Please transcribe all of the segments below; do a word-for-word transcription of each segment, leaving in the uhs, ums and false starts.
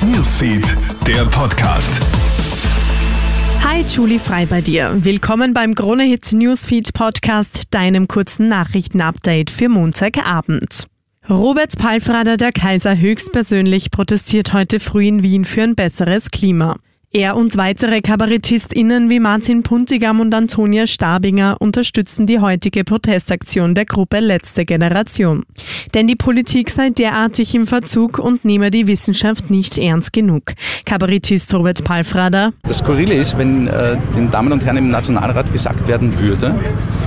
Newsfeed, der Podcast. Hi, Julie Frei bei dir. Willkommen beim Krone-Hit Newsfeed Podcast, deinem kurzen Nachrichtenupdate für Montagabend. Robert Palfrader, der Kaiser, höchstpersönlich protestiert heute früh in Wien für ein besseres Klima. Er und weitere KabarettistInnen wie Martin Puntigam und Antonia Stabinger unterstützen die heutige Protestaktion der Gruppe Letzte Generation. Denn die Politik sei derartig im Verzug und nehme die Wissenschaft nicht ernst genug. Kabarettist Robert Palfrader: Das Skurrile ist, wenn äh, den Damen und Herren im Nationalrat gesagt werden würde,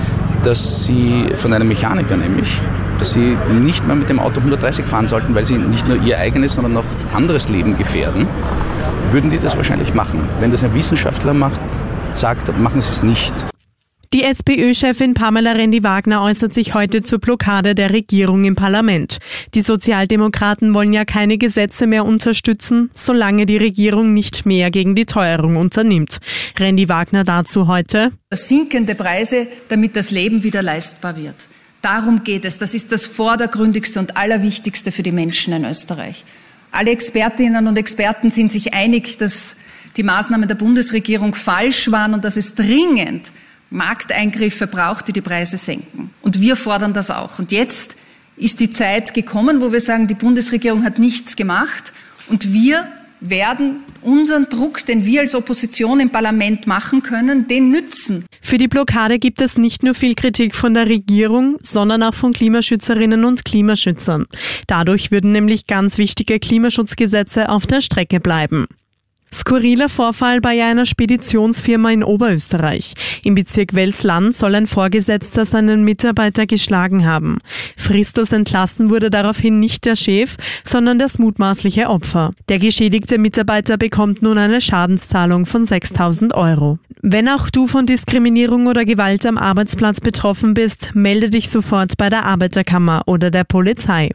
dass sie von einem Mechaniker nämlich, dass sie nicht mehr mit dem Auto hundertdreißig fahren sollten, weil sie nicht nur ihr eigenes, sondern auch anderes Leben gefährden, würden die das wahrscheinlich machen. Wenn das ein Wissenschaftler macht, sagt, machen sie es nicht. Die SPÖ-Chefin Pamela Rendi-Wagner äußert sich heute zur Blockade der Regierung im Parlament. Die Sozialdemokraten wollen ja keine Gesetze mehr unterstützen, solange die Regierung nicht mehr gegen die Teuerung unternimmt. Rendi-Wagner dazu heute: Sinkende Preise, damit das Leben wieder leistbar wird. Darum geht es. Das ist das Vordergründigste und Allerwichtigste für die Menschen in Österreich. Alle Expertinnen und Experten sind sich einig, dass die Maßnahmen der Bundesregierung falsch waren und dass es dringend Markteingriffe braucht, die die Preise senken. Und wir fordern das auch. Und jetzt ist die Zeit gekommen, wo wir sagen, die Bundesregierung hat nichts gemacht und wir werden unseren Druck, den wir als Opposition im Parlament machen können, den nützen. Für die Blockade gibt es nicht nur viel Kritik von der Regierung, sondern auch von Klimaschützerinnen und Klimaschützern. Dadurch würden nämlich ganz wichtige Klimaschutzgesetze auf der Strecke bleiben. Skurriler Vorfall bei einer Speditionsfirma in Oberösterreich. Im Bezirk Wels-Land soll ein Vorgesetzter seinen Mitarbeiter geschlagen haben. Fristlos entlassen wurde daraufhin nicht der Chef, sondern das mutmaßliche Opfer. Der geschädigte Mitarbeiter bekommt nun eine Schadenszahlung von sechstausend Euro. Wenn auch du von Diskriminierung oder Gewalt am Arbeitsplatz betroffen bist, melde dich sofort bei der Arbeiterkammer oder der Polizei.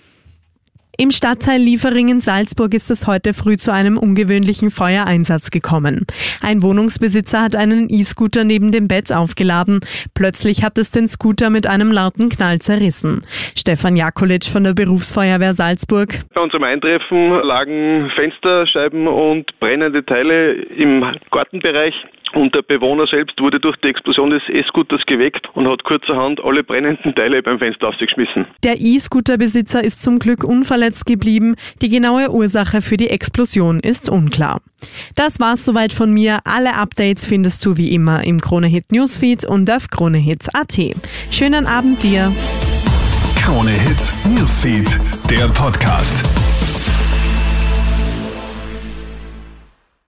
Im Stadtteil Liefering in Salzburg ist es heute früh zu einem ungewöhnlichen Feuereinsatz gekommen. Ein Wohnungsbesitzer hat einen E-Scooter neben dem Bett aufgeladen. Plötzlich hat es den Scooter mit einem lauten Knall zerrissen. Stefan Jakulitsch von der Berufsfeuerwehr Salzburg: Bei unserem Eintreffen lagen Fensterscheiben und brennende Teile im Gartenbereich. Und der Bewohner selbst wurde durch die Explosion des E-Scooters geweckt und hat kurzerhand alle brennenden Teile beim Fenster ausgeschmissen. Der E-Scooter-Besitzer ist zum Glück unverletzt geblieben. Die genaue Ursache für die Explosion ist unklar. Das war's soweit von mir. Alle Updates findest du wie immer im Krone-Hit Newsfeed und auf kronehit punkt at. Schönen Abend dir. Krone-Hit Newsfeed, der Podcast.